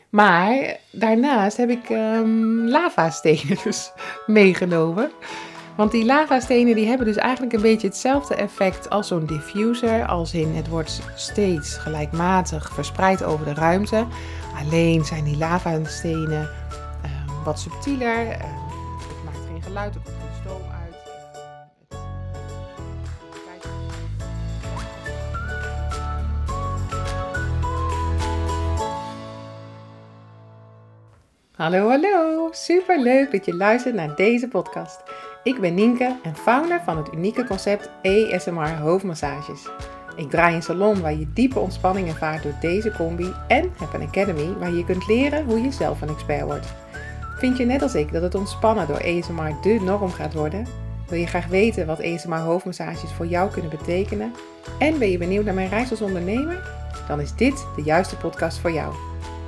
Maar daarnaast heb ik lavastenen dus meegenomen. Want die lavastenen die hebben dus eigenlijk een beetje hetzelfde effect als zo'n diffuser. Als in het wordt steeds gelijkmatig verspreid over de ruimte. Alleen zijn die lavastenen wat subtieler. Het maakt geen geluid, er komt geen stoom uit. Hallo, super leuk dat je luistert naar deze podcast. Ik ben Nienke en founder van het unieke concept ASMR hoofdmassages. Ik draai een salon waar je diepe ontspanning ervaart door deze combi en heb een academy waar je kunt leren hoe je zelf een expert wordt. Vind je net als ik dat het ontspannen door ASMR de norm gaat worden? Wil je graag weten wat ASMR hoofdmassages voor jou kunnen betekenen? En ben je benieuwd naar mijn reis als ondernemer? Dan is dit de juiste podcast voor jou.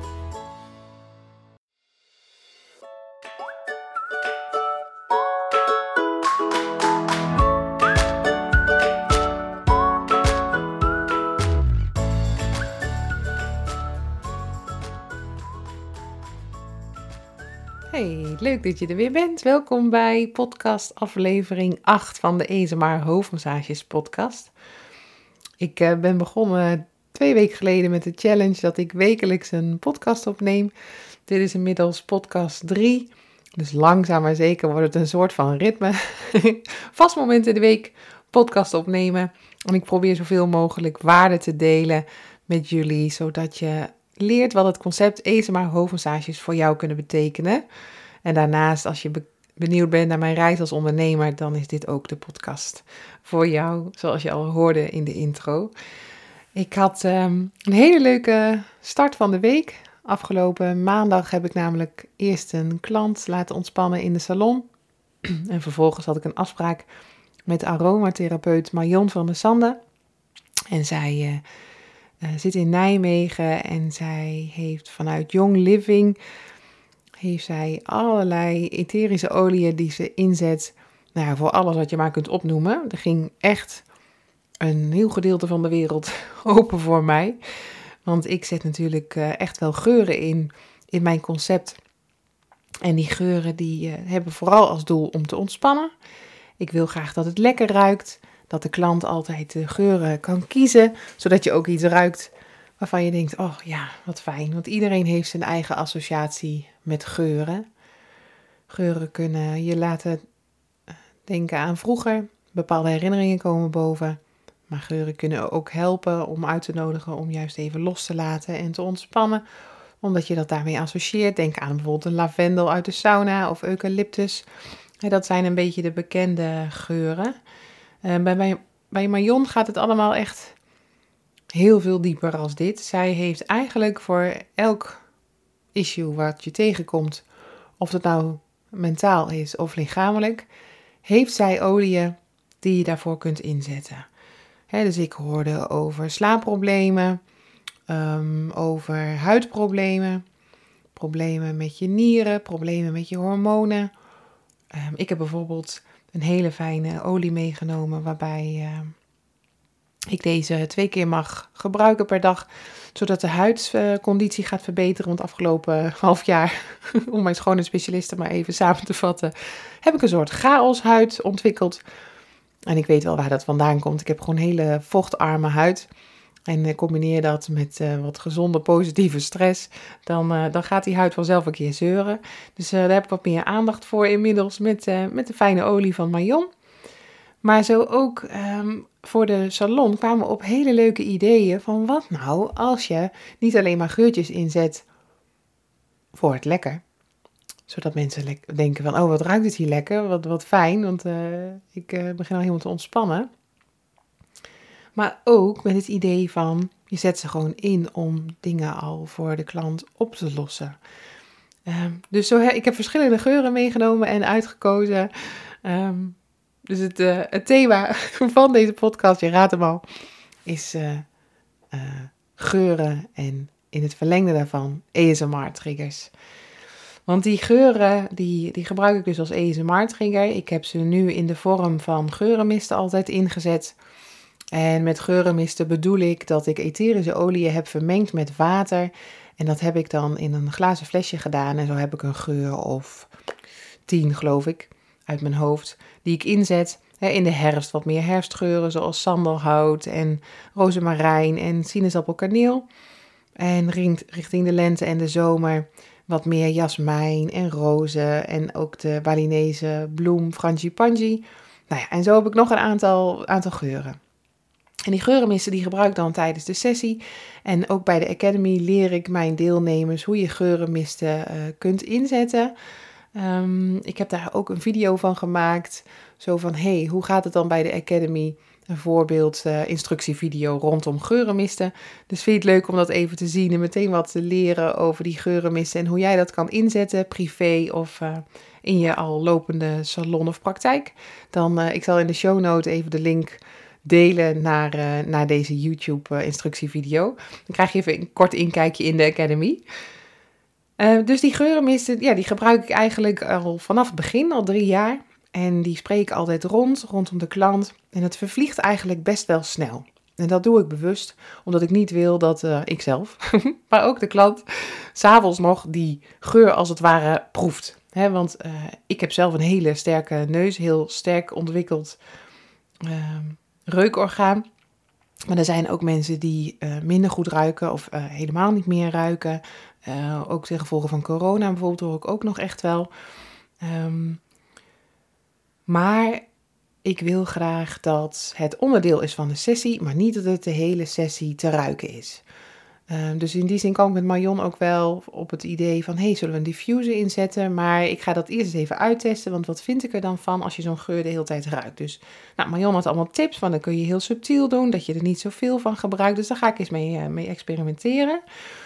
Hey, leuk dat je er weer bent. Welkom bij podcast aflevering 8 van de ASMR Hoofdmassages podcast. Ik ben begonnen 2 weken geleden met de challenge dat ik wekelijks een podcast opneem. Dit is inmiddels podcast 3. Dus langzaam maar zeker wordt het een soort van ritme. Vast moment in de week podcast opnemen. En ik probeer zoveel mogelijk waarde te delen met jullie, zodat je leert wat het concept ASMR hoofdmassages voor jou kunnen betekenen. En daarnaast, als je benieuwd bent naar mijn reis als ondernemer, dan is dit ook de podcast voor jou, zoals je al hoorde in de intro. Ik had een hele leuke start van de week. Afgelopen maandag heb ik namelijk eerst een klant laten ontspannen in de salon. En vervolgens had ik een afspraak met aromatherapeut Marion van der Sande. En zij zit in Nijmegen en zij heeft vanuit Young Living allerlei etherische oliën die ze inzet voor alles wat je maar kunt opnoemen. Er ging echt een heel gedeelte van de wereld open voor mij. Want ik zet natuurlijk echt wel geuren in mijn concept. En die geuren die hebben vooral als doel om te ontspannen. Ik wil graag dat het lekker ruikt. Dat de klant altijd de geuren kan kiezen. Zodat je ook iets ruikt waarvan je denkt, oh ja, wat fijn. Want iedereen heeft zijn eigen associatie met geuren. Geuren kunnen je laten denken aan vroeger. Bepaalde herinneringen komen boven. Maar geuren kunnen ook helpen om uit te nodigen om juist even los te laten en te ontspannen. Omdat je dat daarmee associeert. Denk aan bijvoorbeeld een lavendel uit de sauna of eucalyptus. Dat zijn een beetje de bekende geuren. Bij Marion gaat het allemaal echt heel veel dieper als dit. Zij heeft eigenlijk voor elk issue wat je tegenkomt, of het nou mentaal is of lichamelijk, heeft zij oliën die je daarvoor kunt inzetten. Dus ik hoorde over slaapproblemen, over huidproblemen, problemen met je nieren, problemen met je hormonen. Ik heb bijvoorbeeld een hele fijne olie meegenomen waarbij ik deze 2 keer mag gebruiken per dag, zodat de huidsconditie gaat verbeteren. Want afgelopen half jaar, om mijn schoonheidsspecialisten maar even samen te vatten, heb ik een soort chaoshuid ontwikkeld. En ik weet wel waar dat vandaan komt. Ik heb gewoon hele vochtarme huid. En combineer dat met wat gezonde, positieve stress. Dan gaat die huid vanzelf een keer zeuren. Dus daar heb ik wat meer aandacht voor inmiddels met de fijne olie van Marion. Maar zo ook voor de salon kwamen we op hele leuke ideeën van wat nou als je niet alleen maar geurtjes inzet voor het lekker. Zodat mensen denken van, oh wat ruikt het hier lekker, wat fijn, want ik begin al helemaal te ontspannen. Maar ook met het idee van, je zet ze gewoon in om dingen al voor de klant op te lossen. Dus ik heb verschillende geuren meegenomen en uitgekozen. Dus het thema van deze podcast, je raadt hem al, is geuren en in het verlengde daarvan ASMR-triggers. Want die geuren, die gebruik ik dus als ASMR-trigger. Ik heb ze nu in de vorm van geurenmisten altijd ingezet. En met geurenmisten bedoel ik dat ik etherische oliën heb vermengd met water En dat heb ik dan in een glazen flesje gedaan. En zo heb ik een geur of 10, geloof ik, uit mijn hoofd, die ik inzet. In de herfst wat meer herfstgeuren, zoals sandelhout en rozemarijn en sinaasappelkaneel. En richting de lente en de zomer wat meer jasmijn en rozen en ook de Balinese bloem frangipani. Nou ja, en zo heb ik nog een aantal geuren. En die geurenmisten die gebruik ik dan tijdens de sessie. En ook bij de Academy leer ik mijn deelnemers hoe je geurenmisten kunt inzetten. Ik heb daar ook een video van gemaakt. Zo van, hoe gaat het dan bij de Academy? Een voorbeeld instructievideo rondom geurenmisten. Dus vind je het leuk om dat even te zien en meteen wat te leren over die geurenmisten en hoe jij dat kan inzetten, privé of in je al lopende salon of praktijk? Dan, ik zal in de show notes even de link delen naar deze YouTube instructievideo. Dan krijg je even een kort inkijkje in de Academy. Dus die geurenmisten, die gebruik ik eigenlijk al vanaf het begin, al 3 jaar. En die spreek ik altijd rondom de klant. En het vervliegt eigenlijk best wel snel. En dat doe ik bewust, omdat ik niet wil dat ikzelf, maar ook de klant, 's avonds nog die geur als het ware proeft. Want ik heb zelf een hele sterke neus, heel sterk ontwikkeld reukorgaan. Maar er zijn ook mensen die minder goed ruiken of helemaal niet meer ruiken. Ook ten gevolge van corona bijvoorbeeld hoor ik ook nog echt wel. Maar ik wil graag dat het onderdeel is van de sessie, maar niet dat het de hele sessie te ruiken is. Dus in die zin kwam ik met Marion ook wel op het idee van, zullen we een diffuser inzetten? Maar ik ga dat eerst eens even uittesten, want wat vind ik er dan van als je zo'n geur de hele tijd ruikt? Dus Marion had allemaal tips van, dan kun je heel subtiel doen, dat je er niet zoveel van gebruikt. Dus daar ga ik eens mee experimenteren.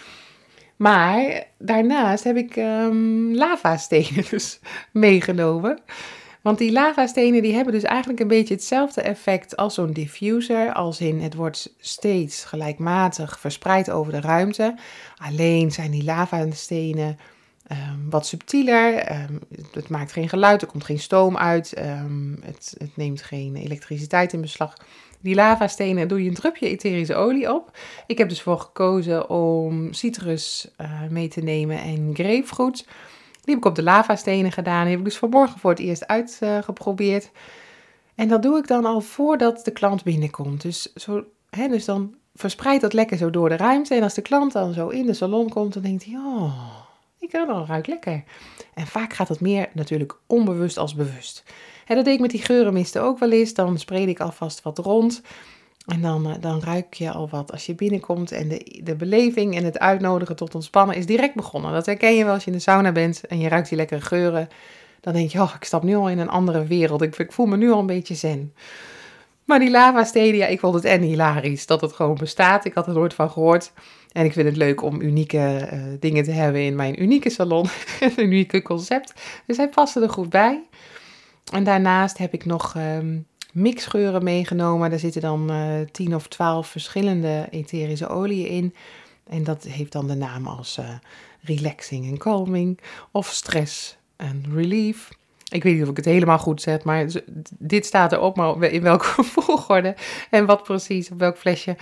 Maar daarnaast heb ik lavastenen dus meegenomen. Want die lavastenen die hebben dus eigenlijk een beetje hetzelfde effect als zo'n diffuser. Als in het wordt steeds gelijkmatig verspreid over de ruimte. Alleen zijn die lavastenen wat subtieler. Het maakt geen geluid, er komt geen stoom uit. Het neemt geen elektriciteit in beslag. Die lavastenen doe je een drupje etherische olie op. Ik heb dus voor gekozen om citrus mee te nemen en grapefruit. Die heb ik op de lavastenen gedaan. Die heb ik dus vanmorgen voor het eerst uitgeprobeerd. En dat doe ik dan al voordat de klant binnenkomt. Dus dan verspreidt dat lekker zo door de ruimte. En als de klant dan zo in de salon komt, dan denkt hij, ik ruik lekker. En vaak gaat dat meer natuurlijk onbewust als bewust. En dat deed ik met die geurenmisten ook wel eens. Dan spreid ik alvast wat rond. En dan ruik je al wat als je binnenkomt. En de beleving en het uitnodigen tot ontspannen is direct begonnen. Dat herken je wel als je in de sauna bent en je ruikt die lekkere geuren. Dan denk je, ik stap nu al in een andere wereld. Ik voel me nu al een beetje zen. Maar die lavastenen, ik vond het en hilarisch dat het gewoon bestaat. Ik had er nooit van gehoord. En ik vind het leuk om unieke dingen te hebben in mijn unieke salon. Een unieke concept. Dus hij paste er goed bij. En daarnaast heb ik nog mixgeuren meegenomen. Daar zitten dan 10 of 12 verschillende etherische oliën in. En dat heeft dan de naam als relaxing en calming. Of stress en relief. Ik weet niet of ik het helemaal goed zeg, maar dit staat erop, maar in welke volgorde en wat precies, op welk flesje.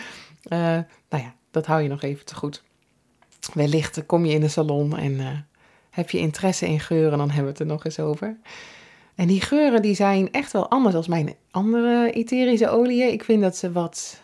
Dat hou je nog even te goed. Wellicht kom je in de salon en heb je interesse in geuren, dan hebben we het er nog eens over. En die geuren die zijn echt wel anders dan mijn andere etherische oliën. Ik vind dat ze wat,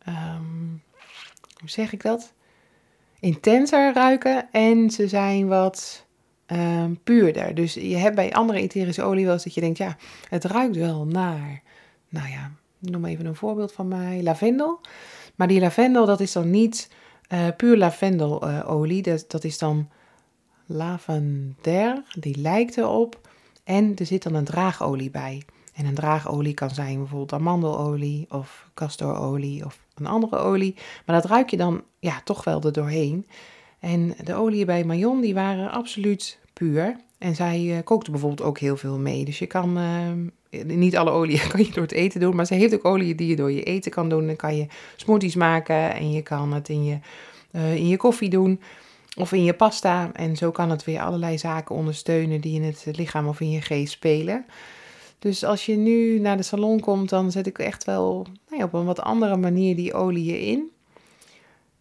hoe zeg ik dat? Intenser ruiken en ze zijn wat puurder. Dus je hebt bij andere etherische olie wel eens dat je denkt, het ruikt wel naar, noem even een voorbeeld van mij, lavendel. Maar die lavendel, dat is dan niet puur lavendelolie. Dat is dan lavender, die lijkt erop. En er zit dan een draagolie bij. En een draagolie kan zijn bijvoorbeeld amandelolie of castorolie of een andere olie. Maar dat ruik je dan toch wel er doorheen. En de oliën bij Marion die waren absoluut puur. En zij kookte bijvoorbeeld ook heel veel mee. Dus je kan, niet alle oliën kan je door het eten doen. Maar ze heeft ook oliën die je door je eten kan doen. Dan kan je smoothies maken en je kan het in je koffie doen. Of in je pasta. En zo kan het weer allerlei zaken ondersteunen die in het lichaam of in je geest spelen. Dus als je nu naar de salon komt, dan zet ik echt wel op een wat andere manier die oliën in.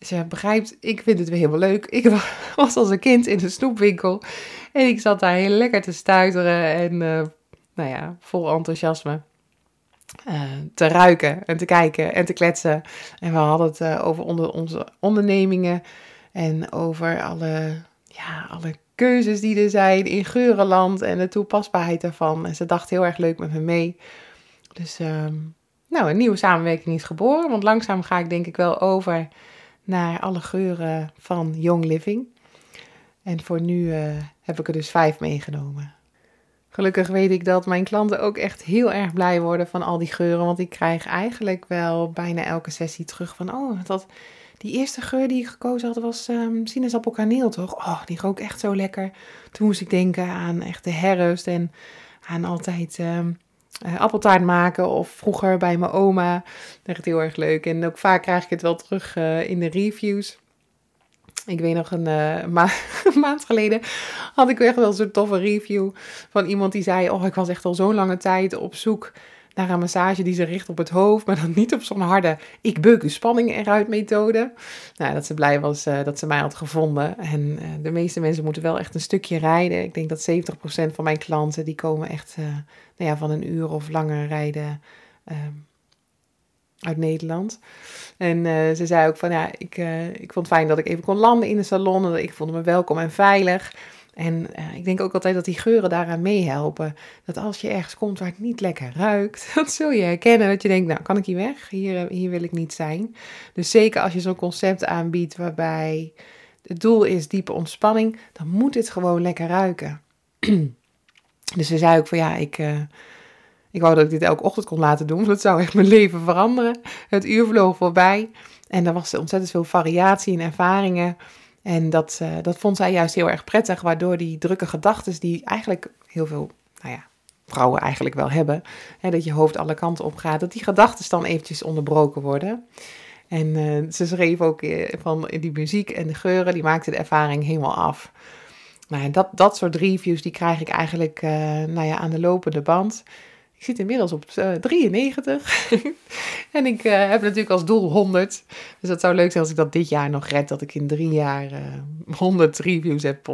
Dus je begrijpt, ik vind het weer helemaal leuk. Ik was als een kind in een snoepwinkel en ik zat daar heel lekker te stuiteren en vol enthousiasme te ruiken en te kijken en te kletsen. En we hadden het over onze ondernemingen en over alle keuzes die er zijn in geurenland en de toepasbaarheid daarvan. En ze dacht heel erg leuk met me mee. Dus een nieuwe samenwerking is geboren, want langzaam ga ik denk ik wel over naar alle geuren van Young Living. En voor nu heb ik er dus 5 meegenomen. Gelukkig weet ik dat mijn klanten ook echt heel erg blij worden van al die geuren. Want ik krijg eigenlijk wel bijna elke sessie terug van... die eerste geur die ik gekozen had was sinaasappelkaneel, toch? Oh, die rook echt zo lekker. Toen moest ik denken aan echt de herfst en aan altijd appeltaart maken. Of vroeger bij mijn oma. Echt heel erg leuk. En ook vaak krijg ik het wel terug in de reviews. Ik weet nog een maand geleden had ik echt wel zo'n toffe review van iemand die zei... ik was echt al zo'n lange tijd op zoek naar een massage die ze richt op het hoofd... maar dan niet op zo'n harde ik beuk de spanning eruit methode. Nou, dat ze blij was dat ze mij had gevonden. En de meeste mensen moeten wel echt een stukje rijden. Ik denk dat 70% van mijn klanten die komen echt van een uur of langer rijden... uit Nederland. En ze zei ook van ik vond het fijn dat ik even kon landen in de salon. En ik voelde me welkom en veilig. En ik denk ook altijd dat die geuren daaraan meehelpen. Dat als je ergens komt waar het niet lekker ruikt, dat zul je herkennen. Dat je denkt, nou kan ik hier weg? Hier wil ik niet zijn. Dus zeker als je zo'n concept aanbiedt waarbij het doel is diepe ontspanning, dan moet het gewoon lekker ruiken. Dus ze zei ook van ik wou dat ik dit elke ochtend kon laten doen, want dat zou echt mijn leven veranderen. Het uur vloog voorbij en er was ontzettend veel variatie in ervaringen. En dat vond zij juist heel erg prettig, waardoor die drukke gedachten die eigenlijk heel veel vrouwen eigenlijk wel hebben, dat je hoofd alle kanten op gaat, dat die gedachten dan eventjes onderbroken worden. En ze schreef ook van die muziek en de geuren, die maakten de ervaring helemaal af. Nou, dat soort reviews die krijg ik eigenlijk aan de lopende band. Ik zit inmiddels op 93 en ik heb natuurlijk als doel 100. Dus dat zou leuk zijn als ik dat dit jaar nog red, dat ik in 3 jaar 100 reviews heb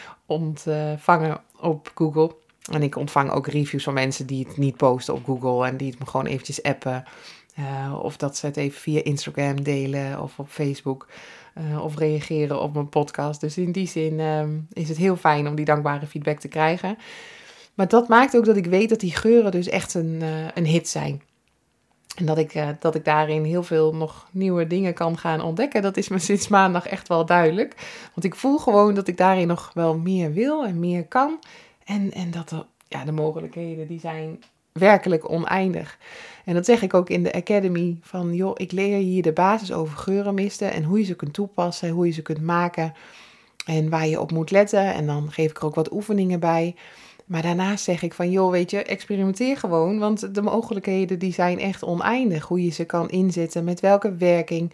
ontvangen op Google. En ik ontvang ook reviews van mensen die het niet posten op Google en die het me gewoon eventjes appen. Of dat ze het even via Instagram delen of op Facebook of reageren op mijn podcast. Dus in die zin is het heel fijn om die dankbare feedback te krijgen. Maar dat maakt ook dat ik weet dat die geuren dus echt een hit zijn. En dat ik daarin heel veel nog nieuwe dingen kan gaan ontdekken. Dat is me sinds maandag echt wel duidelijk. Want ik voel gewoon dat ik daarin nog wel meer wil en meer kan. En dat de mogelijkheden die zijn werkelijk oneindig. En dat zeg ik ook in de Academy. Van ik leer je hier de basis over geurenmisten. En hoe je ze kunt toepassen. Hoe je ze kunt maken. En waar je op moet letten. En dan geef ik er ook wat oefeningen bij. Maar daarnaast zeg ik van, weet je, experimenteer gewoon. Want de mogelijkheden die zijn echt oneindig. Hoe je ze kan inzetten, met welke werking.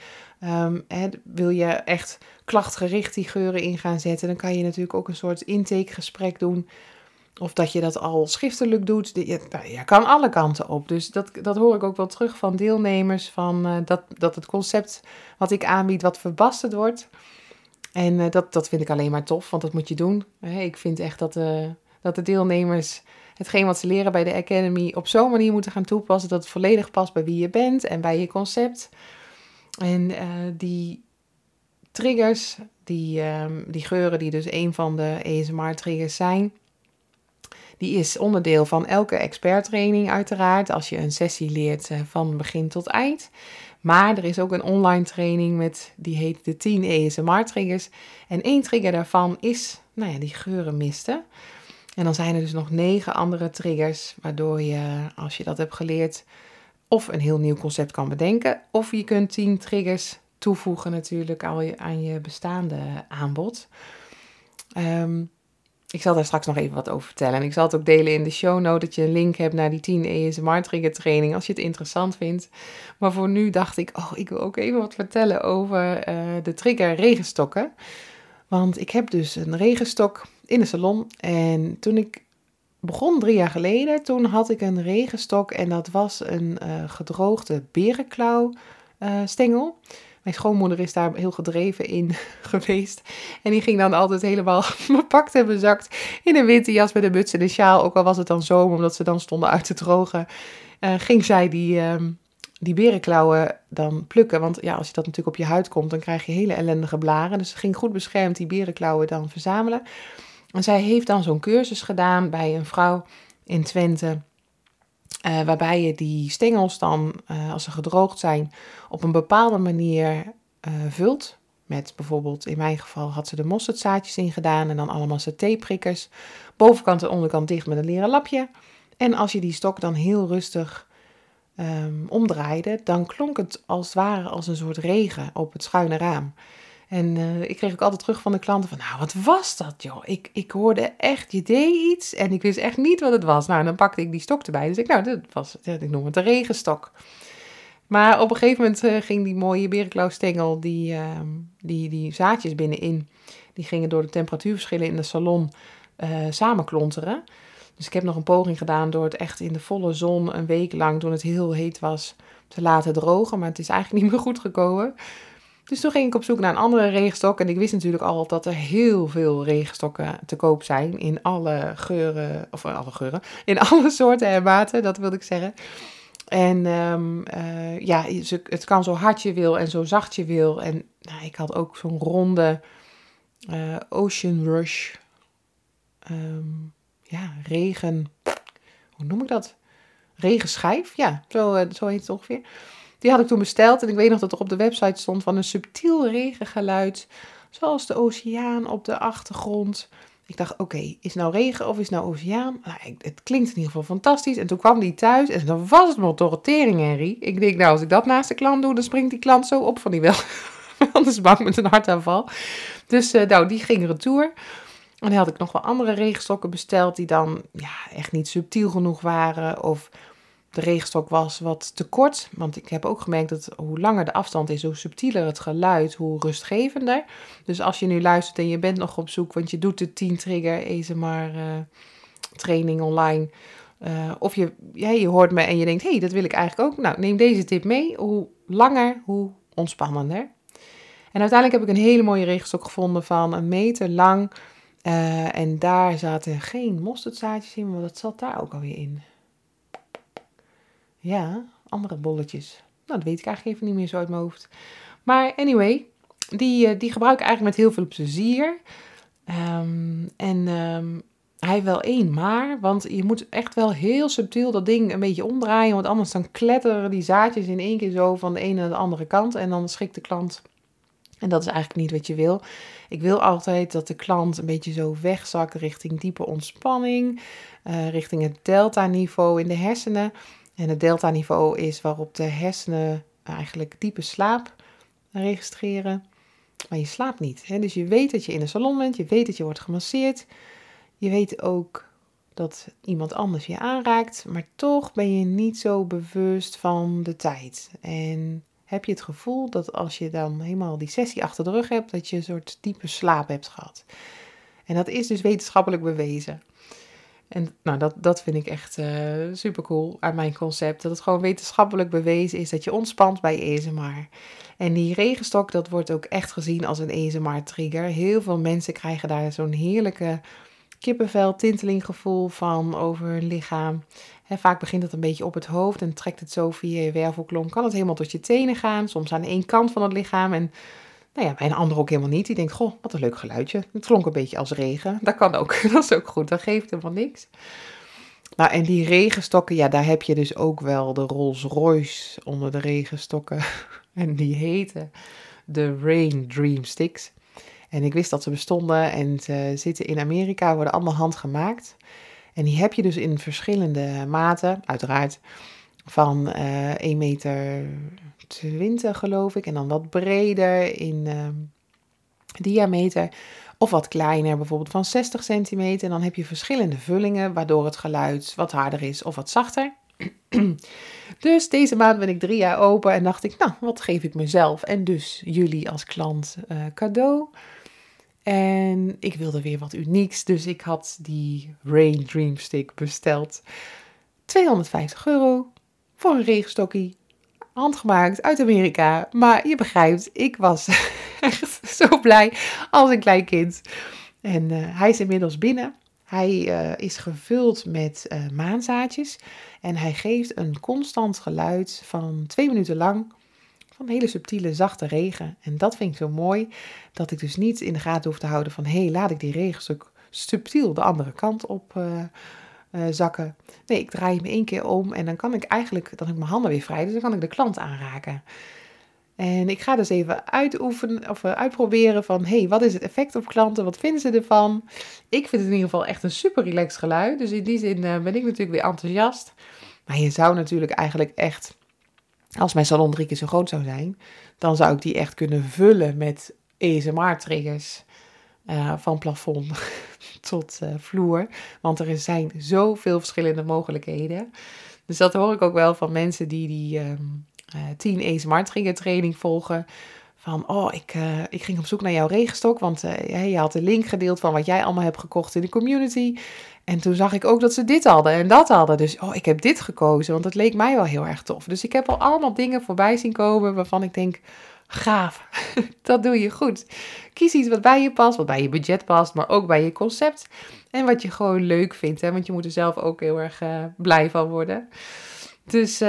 Wil je echt klachtgericht die geuren in gaan zetten, dan kan je natuurlijk ook een soort intakegesprek doen. Of dat je dat al schriftelijk doet. Je kan alle kanten op. Dus dat hoor ik ook wel terug van deelnemers. Van dat het concept wat ik aanbied wat verbasterd wordt. En dat vind ik alleen maar tof, want dat moet je doen. Ik vind echt dat de deelnemers hetgeen wat ze leren bij de Academy op zo'n manier moeten gaan toepassen dat het volledig past bij wie je bent en bij je concept. En die triggers, die geuren die dus een van de ASMR-triggers zijn, die is onderdeel van elke experttraining uiteraard, als je een sessie leert van begin tot eind. Maar er is ook een online training die heet de 10 ASMR-triggers. En 1 trigger daarvan is die geurenmisten. En dan zijn er dus nog 9 andere triggers, waardoor je, als je dat hebt geleerd, of een heel nieuw concept kan bedenken, of je kunt 10 triggers toevoegen natuurlijk aan je bestaande aanbod. Ik zal daar straks nog even wat over vertellen. En ik zal het ook delen in de show note, dat je een link hebt naar die 10 ASMR trigger training, als je het interessant vindt. Maar voor nu dacht ik, ik wil ook even wat vertellen over de trigger regenstokken. Want ik heb dus een regenstok in de salon. En toen ik begon 3 jaar geleden, toen had ik een regenstok. En dat was een gedroogde berenklauw stengel. Mijn schoonmoeder is daar heel gedreven in geweest. En die ging dan altijd helemaal bepakt en bezakt in een winterjas met een muts en een sjaal. Ook al was het dan zomer, omdat ze dan stonden uit te drogen. Ging zij die berenklauwen dan plukken. Want ja, als je dat natuurlijk op je huid komt, dan krijg je hele ellendige blaren. Dus ze ging goed beschermd die berenklauwen dan verzamelen. En zij heeft dan zo'n cursus gedaan bij een vrouw in Twente. Waarbij je die stengels dan, als ze gedroogd zijn, op een bepaalde manier vult. Met bijvoorbeeld, in mijn geval had ze de mosterdzaadjes in gedaan en dan allemaal satéprikkers. Bovenkant en onderkant dicht met een leren lapje. En als je die stok dan heel rustig omdraaide, dan klonk het als het ware als een soort regen op het schuine raam. En ik kreeg ook altijd terug van de klanten van, nou, wat was dat, joh? Ik hoorde echt, je deed iets en ik wist echt niet wat het was. Nou, en dan pakte ik die stok erbij. Dus ik noem het een regenstok. Maar op een gegeven moment ging die mooie berenklauwstengel, die zaadjes binnenin, die gingen door de temperatuurverschillen in de salon samenklonteren. Dus ik heb nog een poging gedaan door het echt in de volle zon een week lang, toen het heel heet was, te laten drogen. Maar het is eigenlijk niet meer goed gekomen. Dus toen ging ik op zoek naar een andere regenstok. En ik wist natuurlijk al dat er heel veel regenstokken te koop zijn. In alle geuren, in alle soorten en maten, dat wilde ik zeggen. En het kan zo hard je wil en zo zacht je wil. En nou, ik had ook zo'n ronde Ocean Rush regen, hoe noem ik dat? Regenschijf, ja, zo heet het ongeveer. Die had ik toen besteld en ik weet nog dat er op de website stond van een subtiel regengeluid, zoals de oceaan op de achtergrond. Ik dacht, oké, is het nou regen of is het nou oceaan? Nou, het klinkt in ieder geval fantastisch. En toen kwam die thuis en dan was het maar door tering, Henry. Ik denk, nou, als ik dat naast de klant doe, dan springt die klant zo op van die wel. Anders bang met een hartaanval. Dus die ging retour. En dan had ik nog wel andere regenstokken besteld die dan echt niet subtiel genoeg waren. Of de regenstok was wat te kort. Want ik heb ook gemerkt dat hoe langer de afstand is, hoe subtieler het geluid, hoe rustgevender. Dus als je nu luistert en je bent nog op zoek, want je doet de 10 trigger ASMR training online. Of je hoort me en je denkt, dat wil ik eigenlijk ook. Nou, neem deze tip mee. Hoe langer, hoe ontspannender. En uiteindelijk heb ik een hele mooie regenstok gevonden van 1 meter lang. En daar zaten geen mosterdzaadjes in, maar dat zat daar ook alweer in. Ja, andere bolletjes. Nou, dat weet ik eigenlijk even niet meer zo uit mijn hoofd. Maar anyway, die gebruik ik eigenlijk met heel veel plezier. Hij heeft wel 1 maar, want je moet echt wel heel subtiel dat ding een beetje omdraaien. Want anders dan kletteren die zaadjes in 1 keer zo van de ene naar de andere kant. En dan schrikt de klant. En dat is eigenlijk niet wat je wil. Ik wil altijd dat de klant een beetje zo wegzakt richting diepe ontspanning. Richting het delta-niveau in de hersenen. En het delta-niveau is waarop de hersenen eigenlijk diepe slaap registreren. Maar je slaapt niet. Hè? Dus je weet dat je in een salon bent. Je weet dat je wordt gemasseerd. Je weet ook dat iemand anders je aanraakt. Maar toch ben je niet zo bewust van de tijd. En heb je het gevoel dat als je dan helemaal die sessie achter de rug hebt, dat je een soort diepe slaap hebt gehad. En dat is dus wetenschappelijk bewezen. En nou, dat vind ik echt super cool aan mijn concept. Dat het gewoon wetenschappelijk bewezen is dat je ontspant bij ASMR. En die regenstok, dat wordt ook echt gezien als een ASMR-trigger. Heel veel mensen krijgen daar zo'n heerlijke kippenvel, tinteling gevoel van over hun lichaam. Vaak begint het een beetje op het hoofd en trekt het zo via je wervelkolom. Kan het helemaal tot je tenen gaan, soms aan 1 kant van het lichaam. En bij een ander ook helemaal niet. Die denkt, goh, wat een leuk geluidje. Het klonk een beetje als regen. Dat kan ook, dat is ook goed, dat geeft helemaal niks. Nou, en die regenstokken, daar heb je dus ook wel de Rolls Royce onder de regenstokken. En die heten de Rain Dream Sticks. En ik wist dat ze bestonden en ze zitten in Amerika, worden allemaal handgemaakt. En die heb je dus in verschillende maten, uiteraard, van 1,20 meter geloof ik. En dan wat breder in diameter. Of wat kleiner, bijvoorbeeld van 60 centimeter. En dan heb je verschillende vullingen, waardoor het geluid wat harder is of wat zachter. Dus deze maand ben ik 3 jaar open en dacht ik, nou, wat geef ik mezelf en dus jullie als klant cadeau. En ik wilde weer wat unieks, dus ik had die Rain Dream Stick besteld. €250 voor een regenstokkie. handgemaakt uit Amerika. Maar je begrijpt, ik was echt zo blij als een klein kind. En hij is inmiddels binnen. Hij is gevuld met maanzaadjes. En hij geeft een constant geluid van 2 minuten lang. Van hele subtiele, zachte regen. En dat vind ik zo mooi. Dat ik dus niet in de gaten hoef te houden van... laat ik die regenstuk subtiel de andere kant op zakken. Nee, ik draai hem 1 keer om. En dan kan ik eigenlijk... Dan heb ik mijn handen weer vrij. Dus dan kan ik de klant aanraken. En ik ga dus even uitproberen van... wat is het effect op klanten? Wat vinden ze ervan? Ik vind het in ieder geval echt een super relaxed geluid. Dus in die zin ben ik natuurlijk weer enthousiast. Maar je zou natuurlijk eigenlijk echt... Als mijn salon 3 keer zo groot zou zijn... dan zou ik die echt kunnen vullen met ASMR-triggers. Van plafond tot vloer. Want er zijn zoveel verschillende mogelijkheden. Dus dat hoor ik ook wel van mensen die 10 ASMR-trigger training volgen. Van, ik ging op zoek naar jouw regenstok, want je had de link gedeeld van wat jij allemaal hebt gekocht in de community. En toen zag ik ook dat ze dit hadden en dat hadden. Dus, ik heb dit gekozen, want dat leek mij wel heel erg tof. Dus ik heb al allemaal dingen voorbij zien komen waarvan ik denk, gaaf, dat doe je goed. Kies iets wat bij je past, wat bij je budget past, maar ook bij je concept. En wat je gewoon leuk vindt, hè, want je moet er zelf ook heel erg blij van worden. Dus...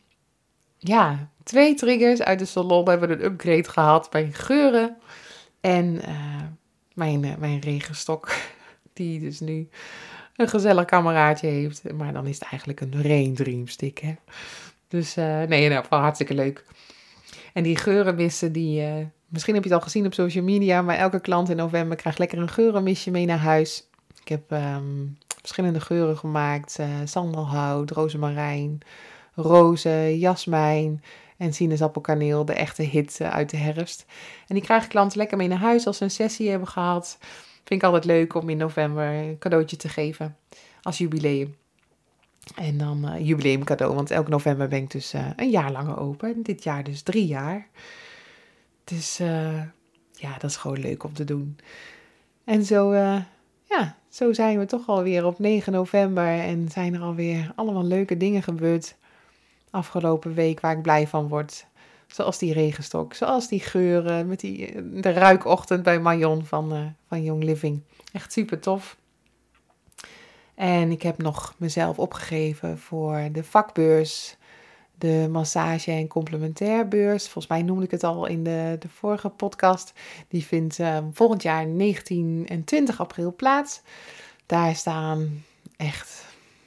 2 triggers uit de salon hebben een upgrade gehad. Mijn geuren en mijn regenstok. Die dus nu een gezellig kameraadje heeft. Maar dan is het eigenlijk een Rain Dream Stick. Hè? Dus hartstikke leuk. En die geurenmissen, misschien heb je het al gezien op social media. Maar elke klant in november krijgt lekker een geurenmisje mee naar huis. Ik heb verschillende geuren gemaakt. Sandelhout, rozemarijn, rozen, jasmijn en sinaasappelkaneel, de echte hit uit de herfst. En die krijgen klanten lekker mee naar huis als ze een sessie hebben gehad. Vind ik altijd leuk om in november een cadeautje te geven als jubileum. En dan jubileumcadeau, want elke november ben ik dus een jaar langer open. Dit jaar dus 3 jaar. Dus dat is gewoon leuk om te doen. En zo zijn we toch alweer op 9 november en zijn er alweer allemaal leuke dingen gebeurd afgelopen week waar ik blij van word. Zoals die regenstok, zoals die geuren, met de ruikochtend bij Marion van Young Living. Echt super tof. En ik heb nog mezelf opgegeven voor de vakbeurs, de massage- en complementair-beurs. Volgens mij noemde ik het al in de vorige podcast. Die vindt volgend jaar 19 en 20 april plaats. Daar staan echt,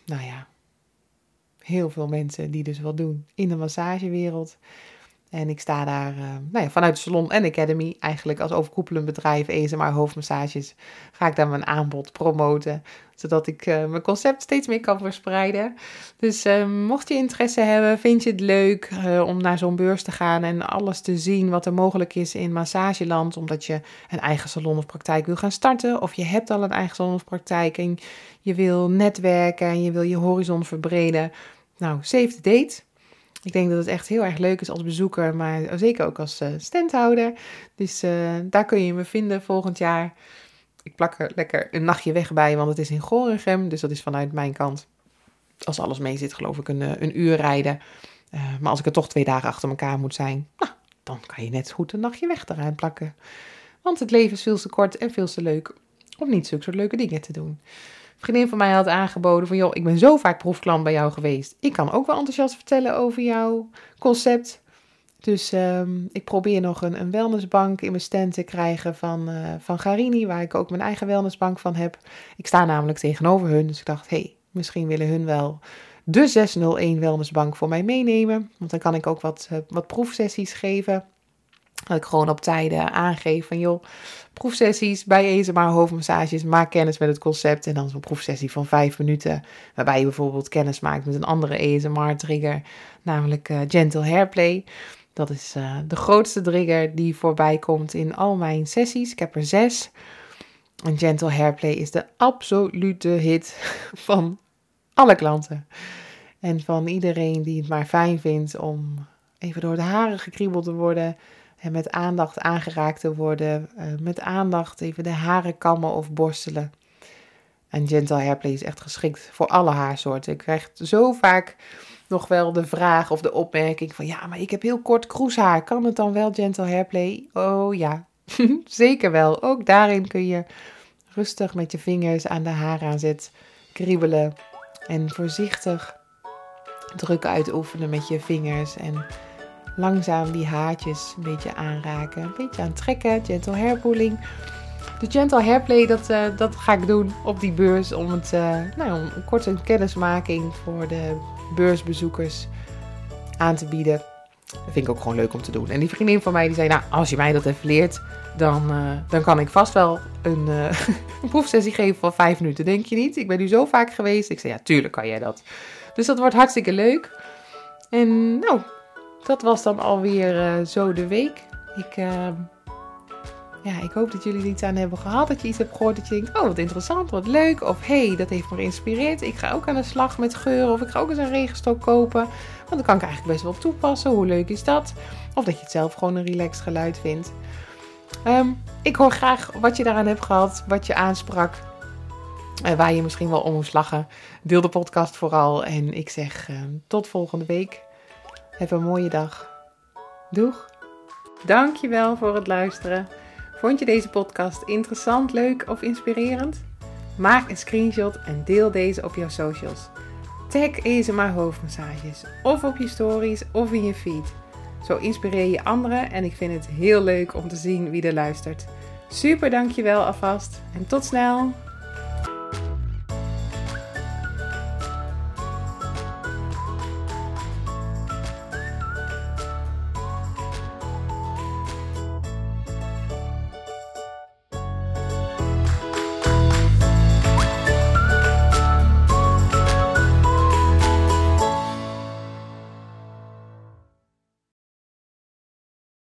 heel veel mensen die dus wat doen in de massagewereld. En ik sta daar vanuit de Salon en Academy, eigenlijk als overkoepelend bedrijf, ASMR hoofdmassages, ga ik daar mijn aanbod promoten, zodat ik mijn concept steeds meer kan verspreiden. Dus mocht je interesse hebben, vind je het leuk om naar zo'n beurs te gaan en alles te zien wat er mogelijk is in massageland, omdat je een eigen salon of praktijk wil gaan starten, of je hebt al een eigen salon of praktijk en je wil netwerken en je wil je horizon verbreden. Nou, save the date. Ik denk dat het echt heel erg leuk is als bezoeker, maar zeker ook als standhouder. Dus daar kun je me vinden volgend jaar. Ik plak er lekker een nachtje weg bij, want het is in Gorinchem. Dus dat is vanuit mijn kant, als alles mee zit, geloof ik, een uur rijden. Maar als ik er toch 2 dagen achter elkaar moet zijn, dan kan je net goed een nachtje weg eraan plakken. Want het leven is veel te kort en veel te leuk om niet zulke soort leuke dingen te doen. Een vriendin van mij had aangeboden van, joh, ik ben zo vaak proefklant bij jou geweest. Ik kan ook wel enthousiast vertellen over jouw concept. Dus ik probeer nog een wellnessbank in mijn stand te krijgen van Garini, waar ik ook mijn eigen wellnessbank van heb. Ik sta namelijk tegenover hun, dus ik dacht, misschien willen hun wel de 601 wellnessbank voor mij meenemen. Want dan kan ik ook wat proefsessies geven. Dat ik gewoon op tijden aangeef van, joh, proefsessies bij ASMR hoofdmassages, maak kennis met het concept. En dan zo'n proefsessie van 5 minuten, waarbij je bijvoorbeeld kennis maakt met een andere ASMR-trigger, namelijk Gentle Hairplay. Dat is de grootste trigger die voorbij komt in al mijn sessies. Ik heb er 6. En Gentle Hairplay is de absolute hit van alle klanten. En van iedereen die het maar fijn vindt om even door de haren gekriebeld te worden en met aandacht aangeraakt te worden. Met aandacht even de haren kammen of borstelen. En Gentle Hairplay is echt geschikt voor alle haarsoorten. Ik krijg zo vaak nog wel de vraag of de opmerking van ja, maar ik heb heel kort kroeshaar. Kan het dan wel gentle hairplay? Oh ja, zeker wel. Ook daarin kun je rustig met je vingers aan de haaraanzet kriebelen en voorzichtig druk uitoefenen met je vingers en langzaam die haartjes een beetje aanraken, een beetje aan trekken, gentle hair pulling. De gentle hairplay, dat ga ik doen op die beurs om om een korte kennismaking voor de beursbezoekers aan te bieden. Dat vind ik ook gewoon leuk om te doen. En die vriendin van mij die zei, nou, als je mij dat even leert, dan kan ik vast wel een proefsessie geven van 5 minuten. Denk je niet? Ik ben nu zo vaak geweest. Ik zei, ja, tuurlijk kan jij dat. Dus dat wordt hartstikke leuk. En nou, dat was dan alweer zo de week. Ik hoop dat jullie er iets aan hebben gehad. Dat je iets hebt gehoord dat je denkt, oh wat interessant, wat leuk. Of hey, dat heeft me geïnspireerd. Ik ga ook aan de slag met geuren. Of ik ga ook eens een regenstok kopen. Want dan kan ik eigenlijk best wel toepassen. Hoe leuk is dat? Of dat je het zelf gewoon een relaxed geluid vindt. Ik hoor graag wat je daaraan hebt gehad. Wat je aansprak. Waar je misschien wel om moest lachen. Deel de podcast vooral. En ik zeg tot volgende week. Heb een mooie dag. Doeg! Dankjewel voor het luisteren. Vond je deze podcast interessant, leuk of inspirerend? Maak een screenshot en deel deze op jouw socials. Tag ASMR hoofdmassages of op je stories of in je feed. Zo inspireer je anderen en ik vind het heel leuk om te zien wie er luistert. Super dankjewel alvast en tot snel!